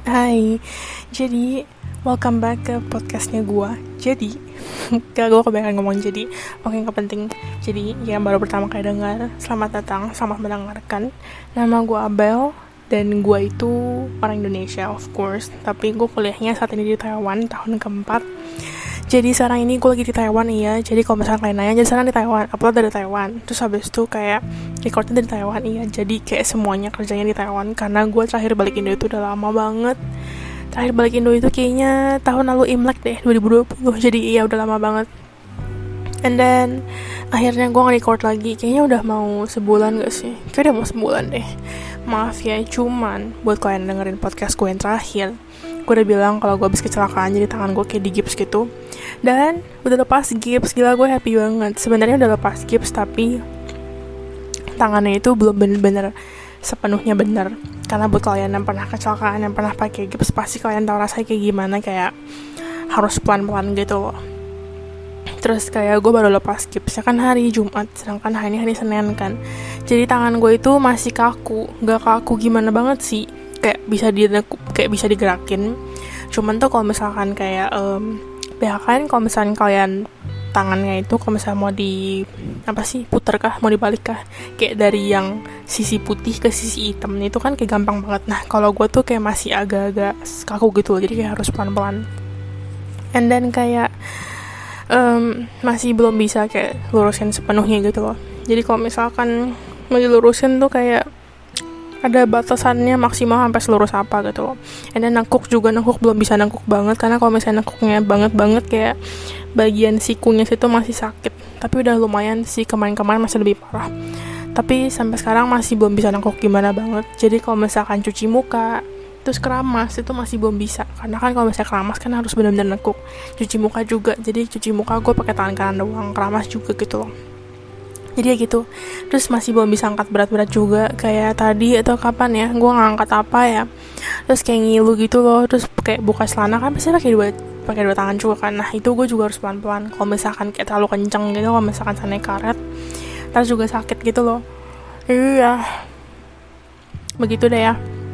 Hai, jadi welcome back ke podcastnya gue. Jadi, gak gue kebanyakan ngomong jadi. Oke, gak penting. Jadi, yang baru pertama kali dengar, selamat datang, selamat mendengarkan. Nama gue Abel, dan gue itu orang Indonesia, of course. Tapi gue kuliahnya saat ini di Taiwan, tahun keempat. Jadi sekarang ini gue lagi di Taiwan iya. Jadi kalau misalnya kalian nanya, jadi sekarang di Taiwan, upload dari Taiwan. Terus habis itu kayak recordnya dari Taiwan iya. Jadi kayak semuanya kerjanya di Taiwan. Karena gue terakhir balik Indo itu udah lama banget. Terakhir balik Indo itu kayaknya tahun lalu Imlek deh, 2020. Jadi iya udah lama banget. And then akhirnya gue nge-record lagi. Kayaknya udah mau sebulan gak sih? Kayaknya udah mau sebulan deh. Maaf ya, cuman buat kalian dengerin podcast gue yang terakhir, gue udah bilang kalau gue habis kecelakaan, jadi tangan gue kayak digips gitu. Dan udah lepas gips, gila gue happy banget. Sebenarnya udah lepas gips, tapi tangannya itu belum bener-bener sepenuhnya bener. Karena buat kalian yang pernah kecelakaan, yang pernah pakai gips, pasti kalian tahu rasanya kayak gimana, kayak harus pelan-pelan gitu loh. Terus kayak gue baru lepas gipsnya kan hari Jumat, sedangkan hari ini hari Senin kan. Jadi tangan gue itu masih kaku, gak kaku gimana banget sih, kayak bisa digerakin. Cuman tuh kalau misalkan kayak kan kalau misalkan kalian tangannya itu kalau misalnya mau puter kah, mau dibalik kah, kayak dari yang sisi putih ke sisi hitam itu kan kayak gampang banget. Nah kalau gue tuh kayak masih agak-agak kaku gitu loh, jadi kayak harus pelan-pelan. And then kayak masih belum bisa kayak lurusin sepenuhnya gitu loh. Jadi kalau misalkan mau dilurusin tuh kayak ada batasannya maksimal sampai selurus apa gitu loh. And then nengkuk belum bisa nengkuk banget, karena kalau misalnya nengkuknya banget kayak bagian sikunya situ masih sakit. Tapi udah lumayan sih, kemarin masih lebih parah. Tapi sampai sekarang masih belum bisa nengkuk gimana banget. Jadi kalau misalkan cuci muka terus keramas itu masih belum bisa, karena kan kalau misalnya keramas kan harus benar-benar nekuk. Cuci muka juga, jadi cuci muka gue pakai tangan kanan doang, keramas juga gitu loh. Jadi ya gitu. Terus masih belum bisa angkat berat-berat juga, kayak tadi atau kapan ya gue ngangkat apa ya, terus kayak ngilu gitu loh. Terus kayak buka celana kan pasti pakai dua tangan juga kan. Nah itu gue juga harus pelan-pelan. Kalau misalkan kayak terlalu kenceng gitu, kalau misalkan sana karet terus juga sakit gitu loh. Iya, begitu deh ya.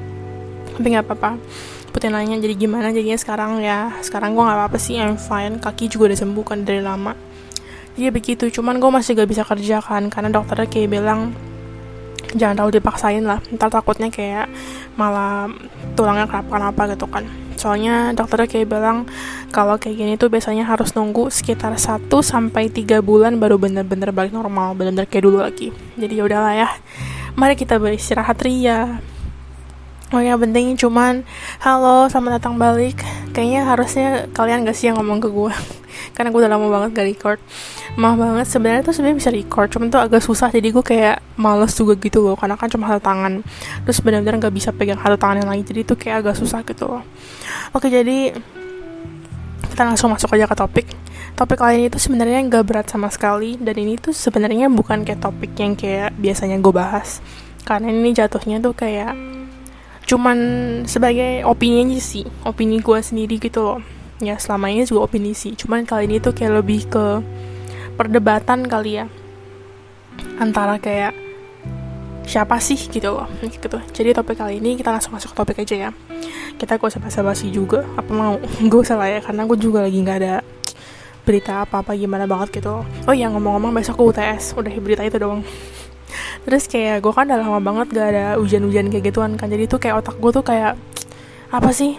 Tapi gak apa-apa. Putih nanya jadi gimana jadinya sekarang gue gak apa-apa sih, I'm fine. Kaki juga udah sembuh kan dari lama. Jadi begitu, cuman gue masih gak bisa kerja kan, karena dokternya kayak bilang jangan terlalu dipaksain lah, ntar takutnya kayak malah tulangnya kenapa gitu kan. Soalnya dokternya kayak bilang kalau kayak gini tuh biasanya harus nunggu sekitar 1-3 bulan baru bener-bener balik normal, bener-bener kayak dulu lagi. Jadi yaudahlah ya, mari kita beristirahat ria. Oh ya, penting cuman halo, selamat datang balik. Kayaknya harusnya kalian gak sih yang ngomong ke gue karena gue udah lama banget gak record. Maaf banget, sebenarnya bisa record, cuman tuh agak susah. Jadi gue kayak males juga gitu loh, karena kan cuma satu tangan, terus benar-benar gak bisa pegang satu tangan yang lagi. Jadi tuh kayak agak susah gitu loh. Oke, jadi kita langsung masuk aja ke topik. Topik kali ini tuh sebenarnya gak berat sama sekali, dan ini tuh sebenarnya bukan kayak topik yang kayak biasanya gue bahas, karena ini jatuhnya tuh kayak cuman sebagai opini aja sih, opini gue sendiri gitu loh. Ya selama ini juga opini sih, cuman kali ini tuh kayak lebih ke perdebatan kali ya, antara kayak siapa sih gitu loh gitu. Jadi topik kali ini kita langsung masuk ke topik aja ya. Kita gak usah basa-basi juga, apa mau gak usah lah ya, karena gue juga lagi gak ada berita apa-apa gimana banget gitu loh. Oh iya, ngomong-ngomong besok ke UTS, udah berita itu doang. Terus kayak gue kan udah lama banget gak ada ujian-ujian kayak gituan kan. Jadi tuh kayak otak gue tuh kayak apa sih,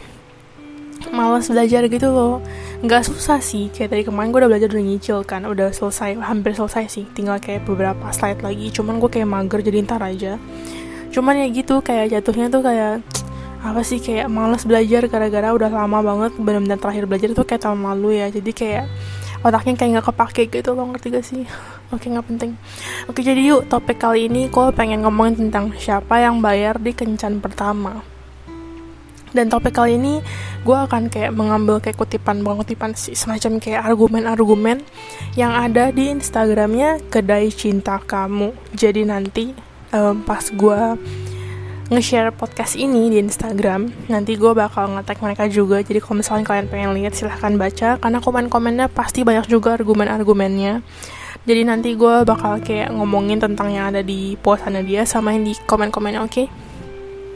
malas belajar gitu loh. Gak susah sih, kayak dari kemarin gue udah belajar, udah nyicil kan, udah selesai, hampir selesai sih, tinggal kayak beberapa slide lagi. Cuman gue kayak mager, jadi ntar aja. Cuman ya gitu, kayak jatuhnya tuh kayak apa sih, kayak malas belajar gara-gara udah lama banget benar-benar terakhir belajar tuh kayak tahun lalu ya. Jadi kayak otaknya kayak gak kepake gitu loh, ngerti gak sih? Oke, gak penting. Oke, jadi yuk, topik kali ini gue pengen ngomongin tentang siapa yang bayar di kencan pertama. Dan topik kali ini gue akan kayak mengambil kayak kutipan sih, semacam kayak argumen-argumen yang ada di Instagramnya Kedai Cinta Kamu. Jadi nanti pas gue nge-share podcast ini di Instagram, nanti gue bakal nge-tag mereka juga. Jadi kalau misalnya kalian pengen lihat, silahkan baca, karena komen-komennya pasti banyak juga argumen-argumennya. Jadi nanti gue bakal kayak ngomongin tentang yang ada di postannya dia sama yang di komen-komennya, oke?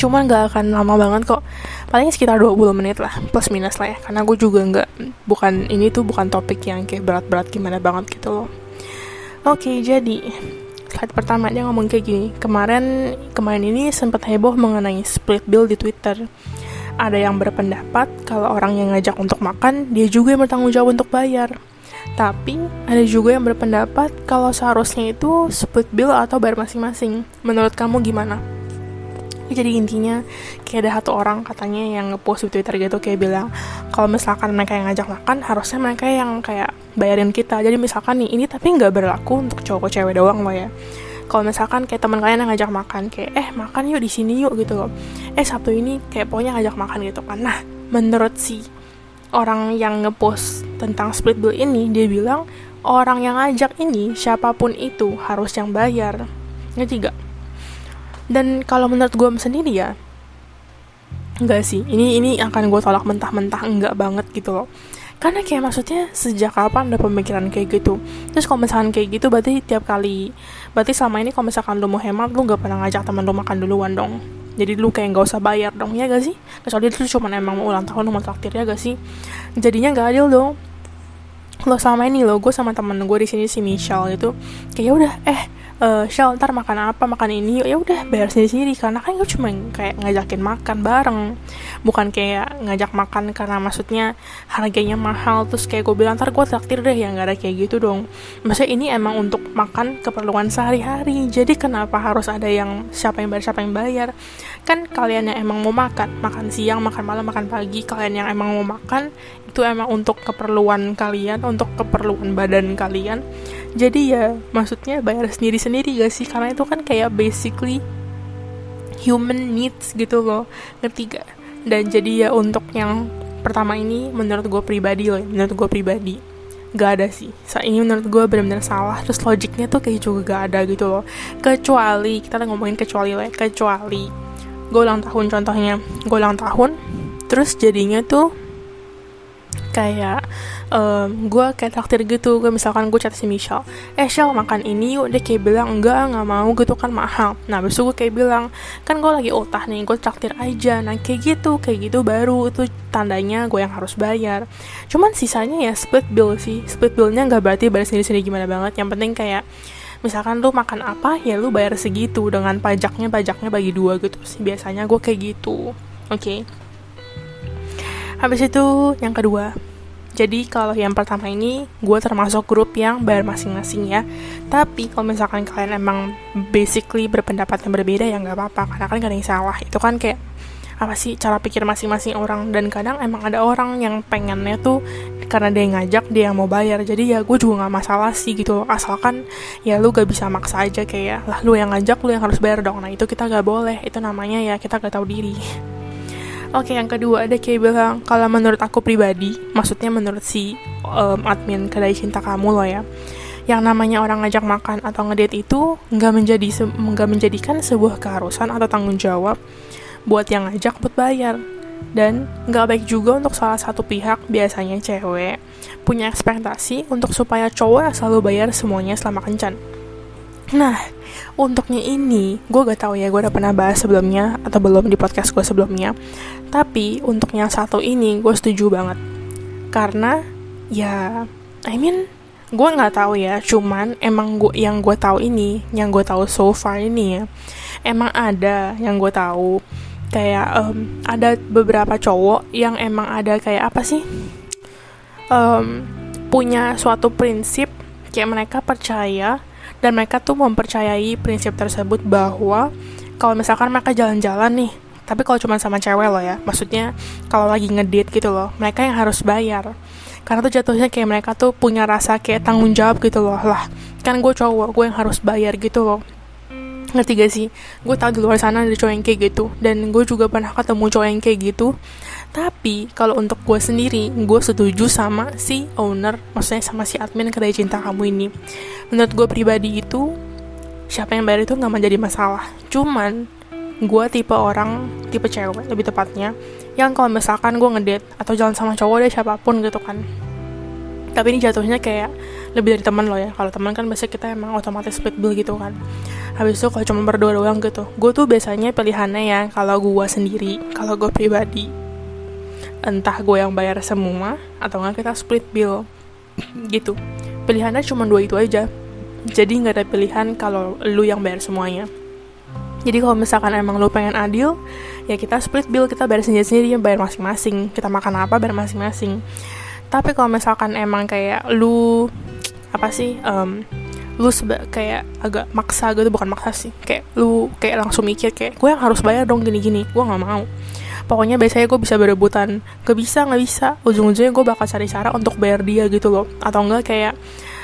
cuman gak akan lama banget kok, paling sekitar 20 menit lah, plus minus lah ya, karena gue juga bukan topik yang kayak berat-berat gimana banget gitu loh. Oke, jadi slide pertama dia ngomong kayak gini, kemarin ini sempat heboh mengenai split bill di Twitter. Ada yang berpendapat kalau orang yang ngajak untuk makan, dia juga yang bertanggung jawab untuk bayar. Tapi ada juga yang berpendapat kalau seharusnya itu split bill atau bayar masing-masing. Menurut kamu gimana? Jadi intinya kayak ada satu orang katanya yang ngepost di Twitter gitu kayak bilang kalau misalkan mereka yang ngajak makan, harusnya mereka yang kayak bayarin kita. Jadi misalkan nih, ini tapi nggak berlaku untuk cowok cewek doang loh ya. Kalau misalkan kayak teman kalian yang ngajak makan, kayak makan yuk di sini yuk gitu loh. Sabtu ini kayak pokoknya ngajak makan gitu kan. Nah, menurut si orang yang ngepost tentang split bill ini, dia bilang orang yang ngajak ini siapapun itu harus yang bayar. Ngerti gak? Dan kalau menurut gue sendiri ya, enggak sih, ini akan gue tolak mentah-mentah, enggak banget gitu loh. Karena kayak maksudnya sejak kapan ada pemikiran kayak gitu. Terus kalau misalkan kayak gitu berarti selama ini kalau misalkan lu mau hemat, lu gak pernah ngajak teman lu makan duluan dong. Jadi lu kayak gak usah bayar dong, ya gak sih? Kecuali itu cuma emang mau ulang tahun lu mau traktir, ya gak sih? Jadinya gak adil dong. Lo selama ini gue sama temen gue di sini si Michelle itu kayak udah Shell ntar makan ini ya udah bayar sendiri karena kan gue cuma kayak ngajakin makan bareng, bukan kayak ngajak makan karena maksudnya harganya mahal terus kayak gue bilang ntar gue traktir deh, ya nggak ada kayak gitu dong. Maksudnya ini emang untuk makan keperluan sehari-hari, jadi kenapa harus ada yang siapa yang bayar? Kan kalian yang emang mau makan siang, makan malam, makan pagi, kalian yang emang mau makan itu emang untuk keperluan kalian, untuk keperluan badan kalian. Jadi ya maksudnya bayar sendiri-sendiri gak sih? Karena itu kan kayak basically human needs gitu loh, ngerti gak? Dan jadi ya untuk yang pertama ini menurut gue pribadi gak ada sih. Saat ini menurut gue benar-benar salah. Terus logiknya tuh kayak juga gak ada gitu loh. Kecuali kita ngomongin kecuali gue ulang tahun, contohnya gue ulang tahun, terus jadinya tuh kayak gue kayak traktir gitu. Gue misalkan gue chat si Michelle, Shell makan ini yuk, dia kayak bilang enggak mau gitu kan mahal. Nah besok gue kayak bilang kan gue lagi utah nih, gue traktir aja. Nah kayak gitu baru itu tandanya gue yang harus bayar. Cuman sisanya ya split bill sih. Split billnya nggak berarti bayar sendiri gimana banget. Yang penting kayak misalkan lu makan apa ya lu bayar segitu, dengan pajaknya bagi 2 gitu sih biasanya gue kayak gitu. Oke. Habis itu yang kedua, jadi kalau yang pertama ini gue termasuk grup yang bayar masing-masing ya. Tapi kalau misalkan kalian emang basically berpendapat yang berbeda ya nggak apa-apa, karena kan gak ada yang salah. Itu kan kayak apa sih cara pikir masing-masing orang. Dan kadang emang ada orang yang pengennya tuh karena dia yang ngajak dia yang mau bayar. Jadi ya gue juga nggak masalah sih gitu. Asalkan ya lu gak bisa maksa aja kayak lah lu yang ngajak lu yang harus bayar dong. Nah itu kita gak boleh. Itu namanya ya kita gak tahu diri. Oke, yang kedua ada kayak bilang kalau menurut aku pribadi, maksudnya menurut si admin Kedai Cinta Kamu loh ya, yang namanya orang ngajak makan atau ngedate itu nggak menjadikan sebuah keharusan atau tanggung jawab buat yang ngajak buat bayar. Dan nggak baik juga untuk salah satu pihak, biasanya cewek, punya ekspektasi untuk supaya cowok selalu bayar semuanya selama kencan. Nah, untuknya ini, gue gak tahu ya, gue udah pernah bahas sebelumnya atau belum di podcast gue sebelumnya. Tapi untuk yang satu ini, gue setuju banget. Karena ya, gue nggak tahu ya. Cuman emang yang gue tahu so far ini ya, emang ada yang gue tahu kayak ada beberapa cowok yang emang ada kayak apa sih? Punya suatu prinsip kayak mereka percaya. Dan mereka tuh mempercayai prinsip tersebut bahwa kalau misalkan mereka jalan-jalan nih, tapi kalau cuma sama cewek loh ya, maksudnya kalau lagi ngedate gitu loh, mereka yang harus bayar. Karena tuh jatuhnya kayak mereka tuh punya rasa kayak tanggung jawab gitu loh. Lah, kan gue cowok, gue yang harus bayar gitu loh. Ngerti gak sih? Gue tau di luar sana ada cowok yang kayak gitu. Dan gue juga pernah ketemu cowok yang kayak gitu. Tapi kalau untuk gue sendiri, gue setuju sama si owner, maksudnya sama si admin Kedai Cinta Kamu ini. Menurut gue pribadi itu, siapa yang bayar itu gak menjadi masalah. Cuman gue tipe cewek lebih tepatnya, yang kalau misalkan gue ngedate atau jalan sama cowok deh siapapun gitu kan, Tapi ini jatuhnya kayak lebih dari teman lo ya. Kalau teman kan biasanya kita emang otomatis split bill gitu kan. Habis itu kalau cuma berdua doang gitu, gue tuh biasanya pilihannya ya, kalau gue sendiri, kalau gue pribadi, entah gue yang bayar semua atau nggak kita split bill gitu. Pilihannya cuma dua itu aja. Jadi nggak ada pilihan kalau lu yang bayar semuanya. Jadi kalau misalkan emang lu pengen adil, ya kita split bill, kita bayar sendiri-sendiri, bayar masing-masing. Kita makan apa, bayar masing-masing. Tapi kalau misalkan emang kayak lu lu kayak agak maksa gitu, bukan maksa sih, kayak lu kayak langsung mikir kayak gue yang harus bayar dong gini-gini, gue nggak mau. Pokoknya biasanya gue bisa berebutan, nggak bisa, ujung-ujungnya gue bakal cari cara untuk bayar dia gitu loh. Atau enggak kayak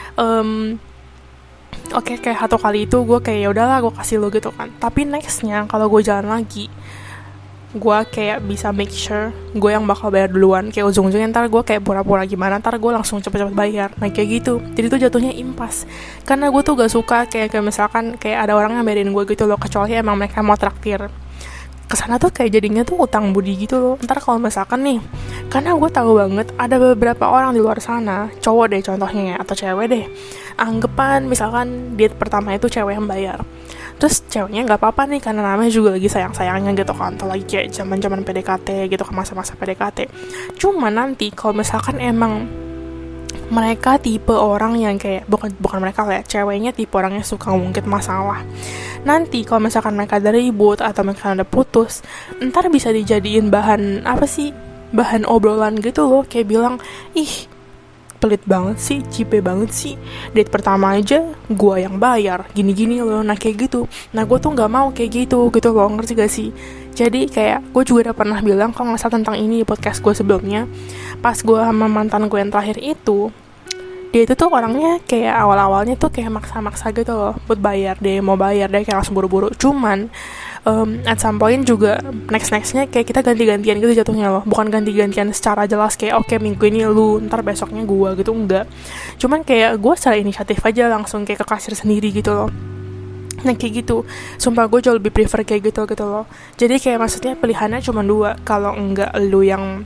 Oke, kayak satu kali itu gue kayak ya udahlah gue kasih lo gitu kan. Tapi nextnya kalau gue jalan lagi, gue kayak bisa make sure gue yang bakal bayar duluan. Kayak ujung-ujungnya ntar gue kayak pura-pura gimana, ntar gue langsung cepet-cepet bayar. Nah kayak gitu. Jadi tuh jatuhnya impas. Karena gue tuh gak suka kayak misalkan kayak ada orang yang bayarin gue gitu loh, kecuali emang mereka mau traktir. Kesana tuh kayak jadinya tuh utang budi gitu loh. Ntar kalau misalkan nih, karena gue tahu banget ada beberapa orang di luar sana, cowok deh contohnya ya, atau cewek deh, anggapan misalkan date pertama itu cewek yang bayar, terus ceweknya nggak apa-apa nih karena namanya juga lagi sayang-sayangnya gitu kan, atau lagi kayak zaman-zaman PDKT gitu kan, masa-masa PDKT. Cuma nanti kalau misalkan emang mereka tipe orang yang kayak bukan mereka lah ya, ceweknya tipe orang yang suka ngungkit masalah. Nanti kalau misalkan mereka ada ribut atau mereka ada putus, ntar bisa dijadiin bahan bahan obrolan gitu loh, kayak bilang, ih pelit banget sih, cipe banget sih, date pertama aja gue yang bayar, gini-gini loh. Nah kayak gitu. Nah gue tuh nggak mau kayak gitu loh, ngerti gak sih? Jadi kayak gue juga udah pernah bilang kalau nggak salah tentang ini di podcast gue sebelumnya, pas gue sama mantan gue yang terakhir itu, dia itu tuh orangnya kayak awal-awalnya tuh kayak maksa-maksa gitu loh buat bayar, dia mau bayar, dia kayak langsung buru-buru. Cuman at some point juga next-nextnya kayak kita ganti-gantian gitu jatuhnya loh. Bukan ganti-gantian secara jelas kayak oke, minggu ini lu, ntar besoknya gue gitu, enggak. Cuman kayak gue secara inisiatif aja langsung kayak ke kasir sendiri gitu loh. Nah kayak gitu, sumpah gue jauh lebih prefer kayak gitu loh. Jadi kayak maksudnya pilihannya cuma dua. Kalau enggak lu yang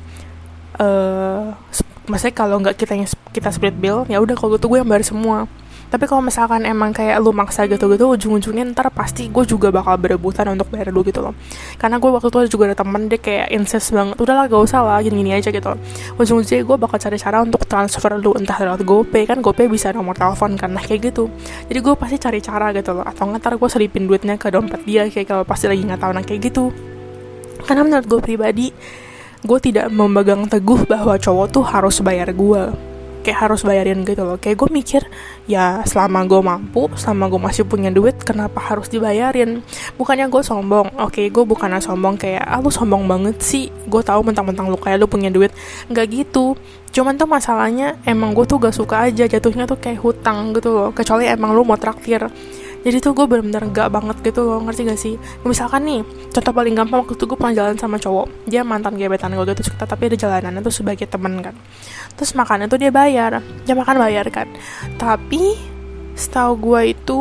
maksudnya kalau enggak kita split bill, ya udah kalau gitu gue yang bayar semua. Tapi kalau misalkan emang kayak lu maksa gitu-gitu, ujung-ujungnya ntar pasti gue juga bakal berebutan untuk bayar dulu gitu loh. Karena gue waktu itu juga ada temen, dia kayak insist banget, udahlah gak usah lah, gini-gini aja gitu. Ujung-ujungnya gue bakal cari cara untuk transfer lu, entah lewat GoPay, kan GoPay bisa nomor telepon kan, nah kayak gitu. Jadi gue pasti cari cara gitu loh. Atau ntar gue selipin duitnya ke dompet dia, kayak kalau pasti lagi gak tahu, nah kayak gitu. Karena menurut gue pribadi, gue tidak memegang teguh bahwa cowok tuh harus bayar gue, kayak harus bayarin gitu loh. Kayak gue mikir, ya selama gue mampu, selama gue masih punya duit, kenapa harus dibayarin? Bukannya gue sombong, oke, gue bukannya sombong kayak, lu sombong banget sih, gue tahu mentang-mentang lu kayak lu punya duit, nggak gitu. Cuman tuh masalahnya emang gue tuh gak suka aja jatuhnya tuh kayak hutang gitu loh, kecuali emang lu mau traktir. Jadi tuh gue bener-bener gak banget gitu loh, ngerti gak sih? Misalkan nih, contoh paling gampang, waktu itu gue pernah jalan sama cowok, dia mantan gebetan gue gitu, tapi ada jalanannya tuh sebagai temen kan. Terus makannya tuh dia makan bayar kan. Tapi setahu gue itu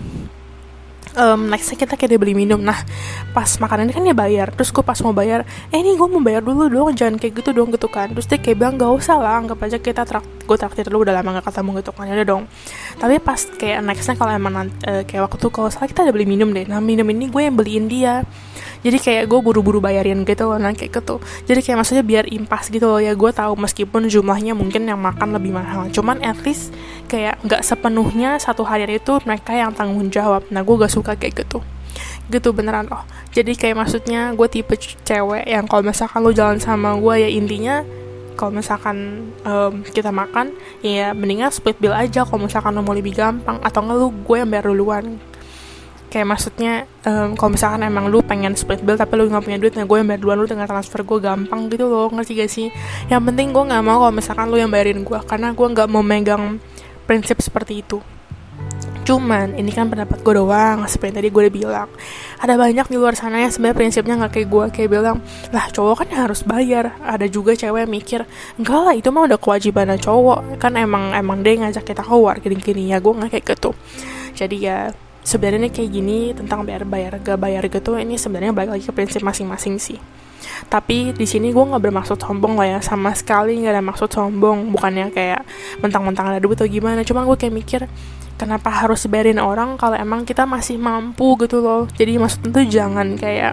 nextnya kita kayak dia beli minum. Nah pas makanannya kan dia bayar, terus gue pas mau bayar, nih gue mau bayar dulu dong, jangan kayak gitu dong gitu kan. Terus dia kayak bilang gak usah lah, anggap aja kita gue traktir dulu, udah lama gak ketemu gitu kan, ya udah dong. Tapi pas kayak nextnya kalau emang kayak waktu itu kalau salah kita ada beli minum deh, nah minum ini gue yang beliin dia. Jadi kayak gue buru-buru bayarin gitu loh, nah kayak gitu. Jadi kayak maksudnya biar impas gitu loh ya, gue tahu meskipun jumlahnya mungkin yang makan lebih mahal, cuman at least kayak nggak sepenuhnya satu hari itu mereka yang tanggung jawab. Nah gue gak suka kayak gitu beneran loh. Jadi kayak maksudnya gue tipe cewek yang kalau misalkan lo jalan sama gue, ya intinya kalau misalkan kita makan, ya mendingan split bill aja kalau misalkan lo mau lebih gampang, atau nggak gue yang bayar duluan. Kayak maksudnya kalau misalkan emang lu pengen split bill tapi lu gak punya duit, nah gue yang bayar duluan, lu tinggal transfer, gue gampang gitu loh, ngerti gak sih? Yang penting gue gak mau kalau misalkan lu yang bayarin gue, karena gue gak mau megang prinsip seperti itu. Cuman ini kan pendapat gue doang, seperti tadi gue udah bilang, ada banyak di luar sana yang sebenarnya prinsipnya gak kayak gue, kayak bilang, lah cowok kan harus bayar. Ada juga cewek yang mikir, enggak lah itu mah udah kewajibannya cowok, kan emang dia ngajak kita keluar gini-gini. Ya gue gak kayak gitu. Jadi ya sebenarnya kayak gini tentang bayar gak bayar gitu, ini sebenarnya balik lagi ke prinsip masing-masing sih. Tapi di sini gue nggak bermaksud sombong lah ya, sama sekali nggak ada maksud sombong, bukannya kayak mentang-mentang ada duit atau gimana. Cuma gue kayak mikir, kenapa harus bayarin orang kalau emang kita masih mampu gitu loh. Jadi maksudnya tuh jangan kayak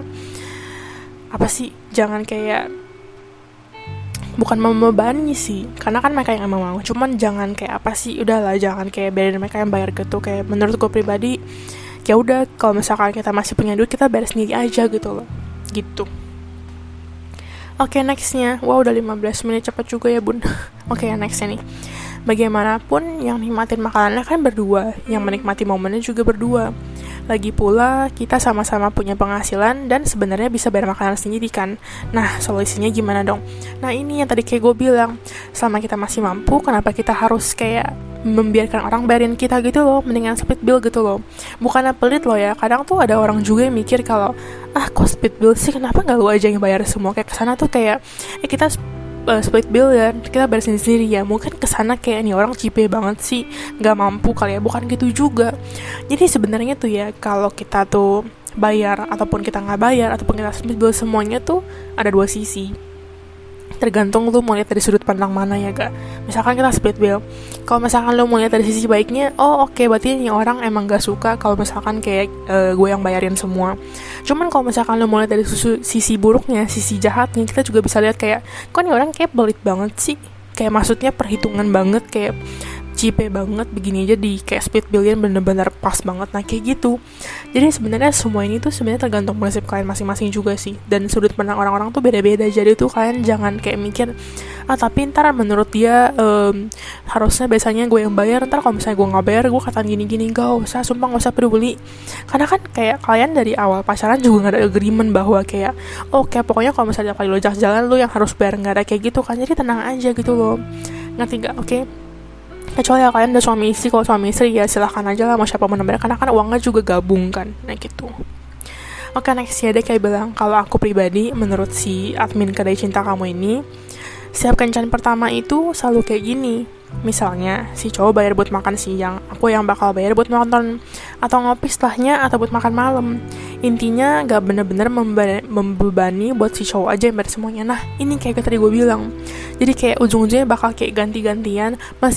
jangan kayak, bukan membebani sih, karena kan mereka yang emang mau, cuman jangan kayak udahlah, jangan kayak bayarin mereka yang bayar gitu. Kayak menurut gue pribadi, ya udah, kalau misalkan kita masih punya duit, kita bayar sendiri aja gitu loh, gitu. Oke, nextnya, wow udah 15 menit, cepet juga ya bun. Oke, nextnya nih, bagaimanapun yang nikmatin makanannya kan berdua, yang menikmati momennya juga berdua. Lagi pula kita sama-sama punya penghasilan dan sebenarnya bisa bayar makanan sendiri kan. Nah, solusinya gimana dong? Nah, ini yang tadi kayak gue bilang, selama kita masih mampu, kenapa kita harus kayak membiarkan orang bayarin kita gitu loh? Mendingan split bill gitu loh. Bukannya pelit loh ya, kadang tuh ada orang juga yang mikir kalau, kok split bill sih, kenapa gak lu aja yang bayar semua? Kayak kesana tuh kayak, kita split bill ya, kita bayar sendiri ya. Mungkin kesana kayak nih orang cipe banget sih, nggak mampu kali ya. Bukan gitu juga. Jadi sebenarnya tuh ya, kalau kita tuh bayar ataupun kita nggak bayar ataupun kita split bill, semuanya tuh ada dua sisi. Tergantung lu mau lihat dari sudut pandang mana ya gak. Misalkan kita split bill, kalau misalkan lu mau lihat dari sisi baiknya, oke, berarti ini orang emang gak suka kalau misalkan kayak gue yang bayarin semua. Cuman kalau misalkan lu mau lihat dari sisi buruknya, sisi jahatnya, kita juga bisa lihat kayak, kok ini orang kayak pelit banget sih, kayak maksudnya perhitungan banget, kayak cipe banget, begini aja di kayak split billion bener-bener pas banget. Nah kayak gitu. Jadi sebenarnya semua ini tuh sebenarnya tergantung prinsip kalian masing-masing juga sih, dan sudut pandang orang-orang tuh beda-beda. Jadi tuh kalian jangan kayak mikir, tapi ntar menurut dia harusnya biasanya gue yang bayar, ntar kalau misalnya gue nggak bayar gue katain gini-gini. Gak usah, sumpah gak usah peduli. Karena kan kayak kalian dari awal pacaran juga gak ada agreement bahwa kayak oke, pokoknya kalau misalnya kali lo jalan lu yang harus bayar, nggak ada kayak gitu kan. Jadi tenang aja gitu loh, ngerti gak? Oke. Kecuali ya kalian udah suami istri. Kalau suami istri ya silahkan aja lah mau siapa mau bayar, karena kan uangnya juga gabung kan. Nah gitu. Oke, next ya, dia kayak bilang, kalau aku pribadi, menurut si admin Kedai Cinta Kamu ini, setiap kencan pertama itu selalu kayak gini. Misalnya, si cowok bayar buat makan siang, aku yang bakal bayar buat nonton atau ngopi setelahnya, atau buat makan malam. Intinya gak bener-bener membebani buat si cowok aja yang bayar semuanya. Nah, ini kayak tadi gue bilang. Jadi kayak ujung-ujungnya bakal kayak ganti-gantian,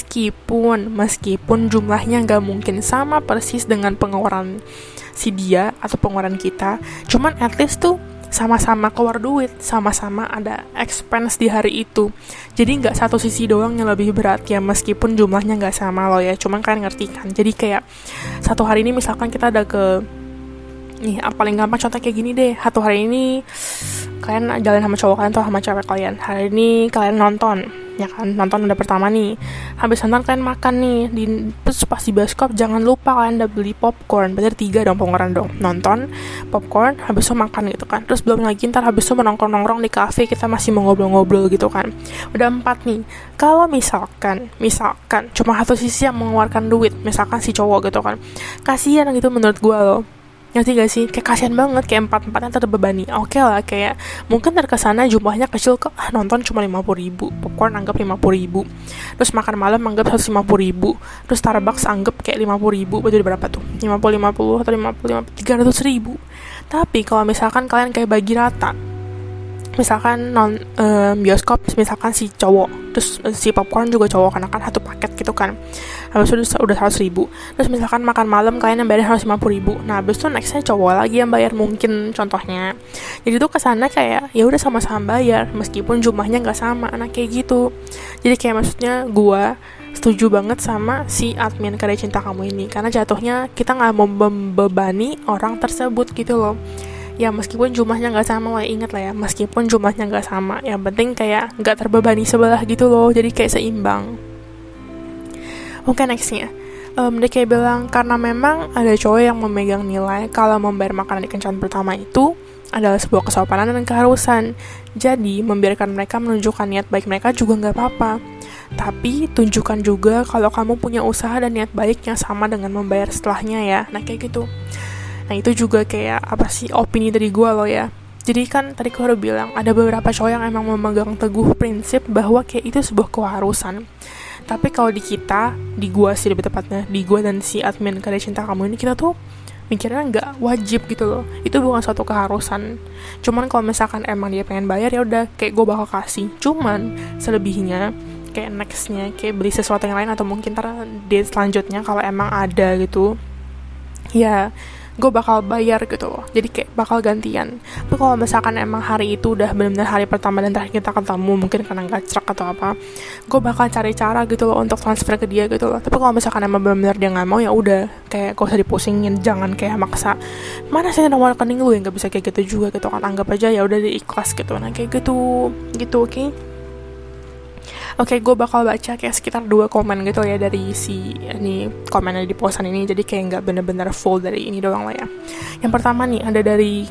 meskipun jumlahnya gak mungkin sama persis dengan pengeluaran si dia atau pengeluaran kita. Cuman at least tuh sama-sama keluar duit, sama-sama ada expense di hari itu. Jadi nggak satu sisi doang yang lebih berat ya, meskipun jumlahnya nggak sama loh ya. Cuman kalian ngerti kan? Jadi kayak satu hari ini misalkan kita ada paling gampang contoh kayak gini deh. Satu hari ini kalian jalan sama cowok kalian atau sama cewek kalian. Hari ini kalian nonton, ya kan? Nonton udah pertama nih. Habis nonton kalian makan nih. Terus pas di bioskop jangan lupa kalian udah beli popcorn. Berarti 3 dong pengeluaran dong. Nonton, popcorn, habis itu makan gitu kan. Terus belum lagi ntar habis itu nongkrong di kafe, kita masih mau ngobrol-ngobrol gitu kan. Udah 4 nih. Kalau misalkan cuma satu sisi yang mengeluarkan duit, misalkan si cowok gitu kan. Kasian gitu menurut gue loh. Ngerti gak sih? Kayak kasihan banget, kayak 4-4-nya terbebani. Oke lah, kayak mungkin terkesana jumlahnya kecil kok, nonton cuma 50.000, popcorn anggap 50.000, terus makan malam anggap 150.000, terus Starbucks anggap kayak 50.000, itu berapa tuh? 50 atau 50 300.000. Tapi kalau misalkan kalian kayak bagi rata, misalkan bioskop misalkan si cowok, terus si popcorn juga cowok, karena kan satu paket gitu kan, habis itu udah 100.000. Terus misalkan makan malam kalian yang bayar 150.000. Nah habis itu nextnya cowok lagi yang bayar mungkin contohnya. Jadi tuh kesana kayak ya udah sama-sama bayar meskipun jumlahnya nggak sama. Nah kayak gitu. Jadi kayak maksudnya gue setuju banget sama si admin Kedai Cinta Kamu ini, karena jatuhnya kita nggak mau membebani orang tersebut gitu loh. Ya meskipun jumlahnya nggak sama lah, ingat lah ya, meskipun jumlahnya nggak sama, yang penting kayak nggak terbebani sebelah gitu loh, jadi kayak seimbang. Oke, nextnya, dia kayak bilang, karena memang ada cowok yang memegang nilai kalau membayar makanan di kencan pertama itu adalah sebuah kesopanan dan keharusan. Jadi membiarkan mereka menunjukkan niat baik mereka juga nggak apa-apa. Tapi tunjukkan juga kalau kamu punya usaha dan niat baik yang sama dengan membayar setelahnya ya. Nah kayak gitu. Nah itu juga kayak opini dari gue loh ya. Jadi kan tadi gue udah bilang ada beberapa cowok yang emang memegang teguh prinsip bahwa kayak itu sebuah keharusan. Tapi kalau di gue sih lebih tepatnya, di gue dan si admin Kedai Cinta Kamu ini, kita tuh mikirnya nggak wajib gitu loh, itu bukan suatu keharusan. Cuman kalau misalkan emang dia pengen bayar ya udah kayak gue bakal kasih. Cuman selebihnya kayak nextnya kayak beli sesuatu yang lain atau mungkin ntar date selanjutnya kalau emang ada gitu ya gue bakal bayar gitu loh, jadi kayak bakal gantian. Tapi kalau misalkan emang hari itu udah benar-benar hari pertama dan terakhir kita ketemu, mungkin karena gacrak atau apa, gue bakal cari cara gitu loh untuk transfer ke dia gitu loh. Tapi kalau misalkan emang benar-benar dia nggak mau ya udah kayak gak usah dipusingin, jangan kayak maksa mana sih nomor rekening lu, yang nggak bisa kayak gitu juga gitu kan. Anggap aja ya udah ikhlas gitu, nah kayak gitu Oke, gue bakal baca kayak sekitar 2 komen gitu ya dari si ini komennya di posan ini, jadi kayak nggak bener-bener full dari ini doang lah ya. Yang pertama nih ada dari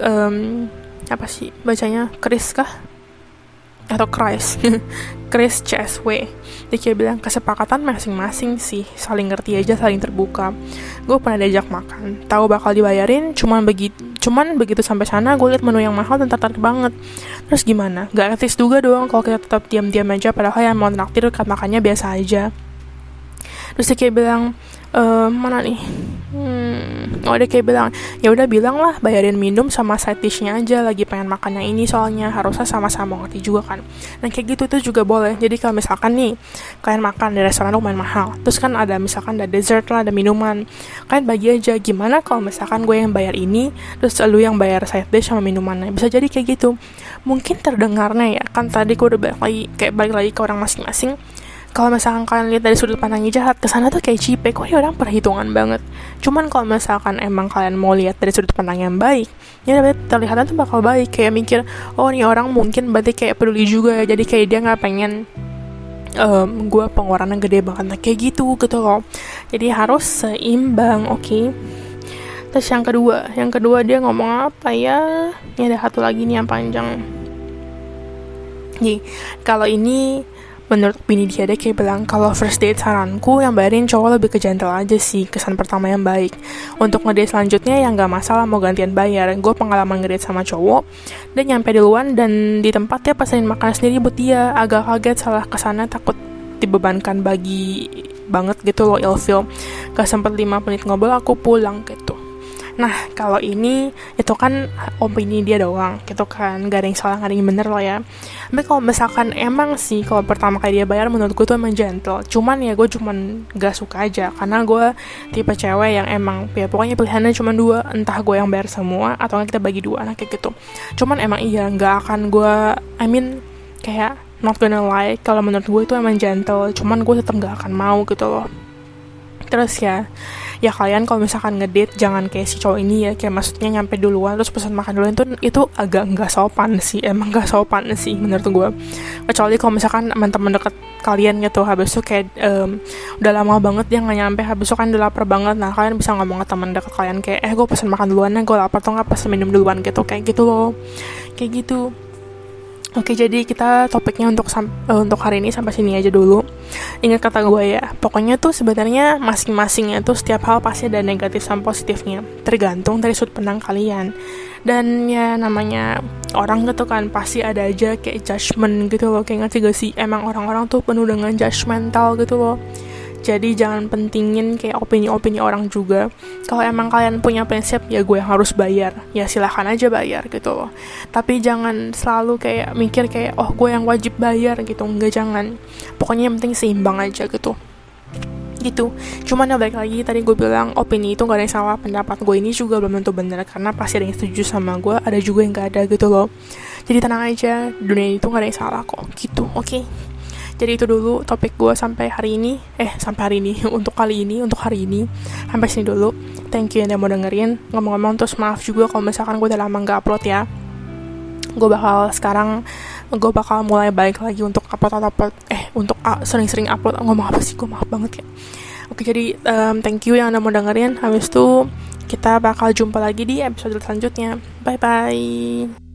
apa sih bacanya, Chris kah atau Chris Chris CSW. Dia kayak bilang kesepakatan masing-masing sih, saling ngerti aja, saling terbuka. Gue pernah diajak makan, tahu bakal dibayarin, cuman begitu sampai sana gue liat menu yang mahal dan tertarik banget. Terus gimana? Gak etis juga doang kalau kita tetap diam-diam aja padahal yang mau traktir kan makannya biasa aja. Terus dia kayak bilang mana nih? Dia kayak bilang ya udah bilang lah bayarin minum sama side dishnya aja, lagi pengen makan yang ini soalnya, harusnya sama-sama ngerti juga kan. Nah kayak gitu tuh juga boleh. Jadi kalau misalkan nih kalian makan di restoran lumayan mahal, terus kan ada misalkan ada dessert lah, ada minuman, kalian bagi aja. Gimana kalau misalkan gue yang bayar ini, terus lu yang bayar side dish sama minumannya? Bisa jadi kayak gitu. Mungkin terdengarnya ya kan tadi gue udah balik lagi ke orang masing-masing. Kalau misalkan kalian lihat dari sudut pandangnya jahat, kesana tuh kayak cipe, kok orang perhitungan banget. Cuman kalau misalkan emang kalian mau lihat dari sudut pandang yang baik, ya terlihatnya tuh bakal baik. Kayak mikir, oh nih orang mungkin berarti kayak peduli juga, jadi kayak dia nggak pengen gue pengeluarannya gede banget, nah, kayak gitu loh. Jadi harus seimbang, oke? Terus yang kedua dia ngomong apa ya? Ini ada satu lagi nih yang panjang. Nih, kalau ini menurut opini dia kayak bilang kalau first date saranku yang bayarin cowok lebih ke gentle aja sih, kesan pertama yang baik. Untuk ngedate selanjutnya yang gak masalah mau gantian bayar. Gue pengalaman ngedate sama cowok, dia nyampe duluan dan di tempat dia pesenin makanan sendiri buat dia. Agak kaget salah kesana, takut dibebankan bagi banget gitu loh, ilfeel. Gak sempet 5 menit ngobrol aku pulang gitu. Nah kalau ini itu kan opini dia doang gitu kan, gak ada yang salah, gak ada yang bener loh ya. Tapi kalau misalkan emang sih kalau pertama kali dia bayar, menurut gue tuh emang gentle. Cuman ya gue cuman gak suka aja, karena gue tipe cewek yang emang ya pokoknya pilihannya cuma 2, entah gue yang bayar semua atau kita bagi 2, nah kayak gitu. Cuman emang iya gak akan gue kayak not gonna lie, kalau menurut gue itu emang gentle, cuman gue tetap gak akan mau gitu loh. Terus ya kalian kalau misalkan ngedate jangan kayak si cowok ini ya, kayak maksudnya nyampe duluan terus pesan makan duluan, itu agak nggak sopan sih, emang nggak sopan sih menurut gue. Kecuali kalau misalkan teman-teman deket kalian gitu, habis itu kayak udah lama banget dia nggak nyampe, habis itu kan udah lapar banget, nah kalian bisa ngomong ke teman deket kalian kayak gue pesan makan duluan, gue lapar tuh nggak pesan minum duluan gitu, kayak gitu loh, kayak gitu. Oke, jadi kita topiknya untuk hari ini sampai sini aja dulu. Ingat kata gue ya, pokoknya tuh sebenarnya masing-masingnya tuh setiap hal pasti ada negatif sama positifnya, tergantung dari sudut pandang kalian. Dan ya namanya orang gitu kan pasti ada aja kayak judgement gitu loh, kayak ngerti gak sih? Emang orang-orang tuh penuh dengan judgmental gitu loh. Jadi jangan pentingin kayak opini-opini orang juga. Kalau emang kalian punya prinsip ya gue yang harus bayar, ya silahkan aja bayar gitu loh. Tapi jangan selalu kayak mikir kayak oh gue yang wajib bayar gitu, enggak, jangan. Pokoknya yang penting seimbang aja gitu. Cuman ya balik lagi tadi gue bilang opini itu gak ada yang salah, pendapat gue ini juga belum tentu benar, karena pasti ada yang setuju sama gue, ada juga yang gak ada gitu loh. Jadi tenang aja, dunia itu gak ada yang salah kok gitu, oke? Jadi itu dulu topik gue sampai hari ini. Untuk hari ini sampai sini dulu. Thank you yang mau dengerin. Ngomong-ngomong terus maaf juga kalau misalkan gue udah lama gak upload ya. Gue bakal mulai balik lagi untuk untuk sering-sering upload. Ngomong apa sih, gue maaf banget ya. Oke, jadi thank you yang udah mau dengerin. Habis itu kita bakal jumpa lagi di episode selanjutnya. Bye bye.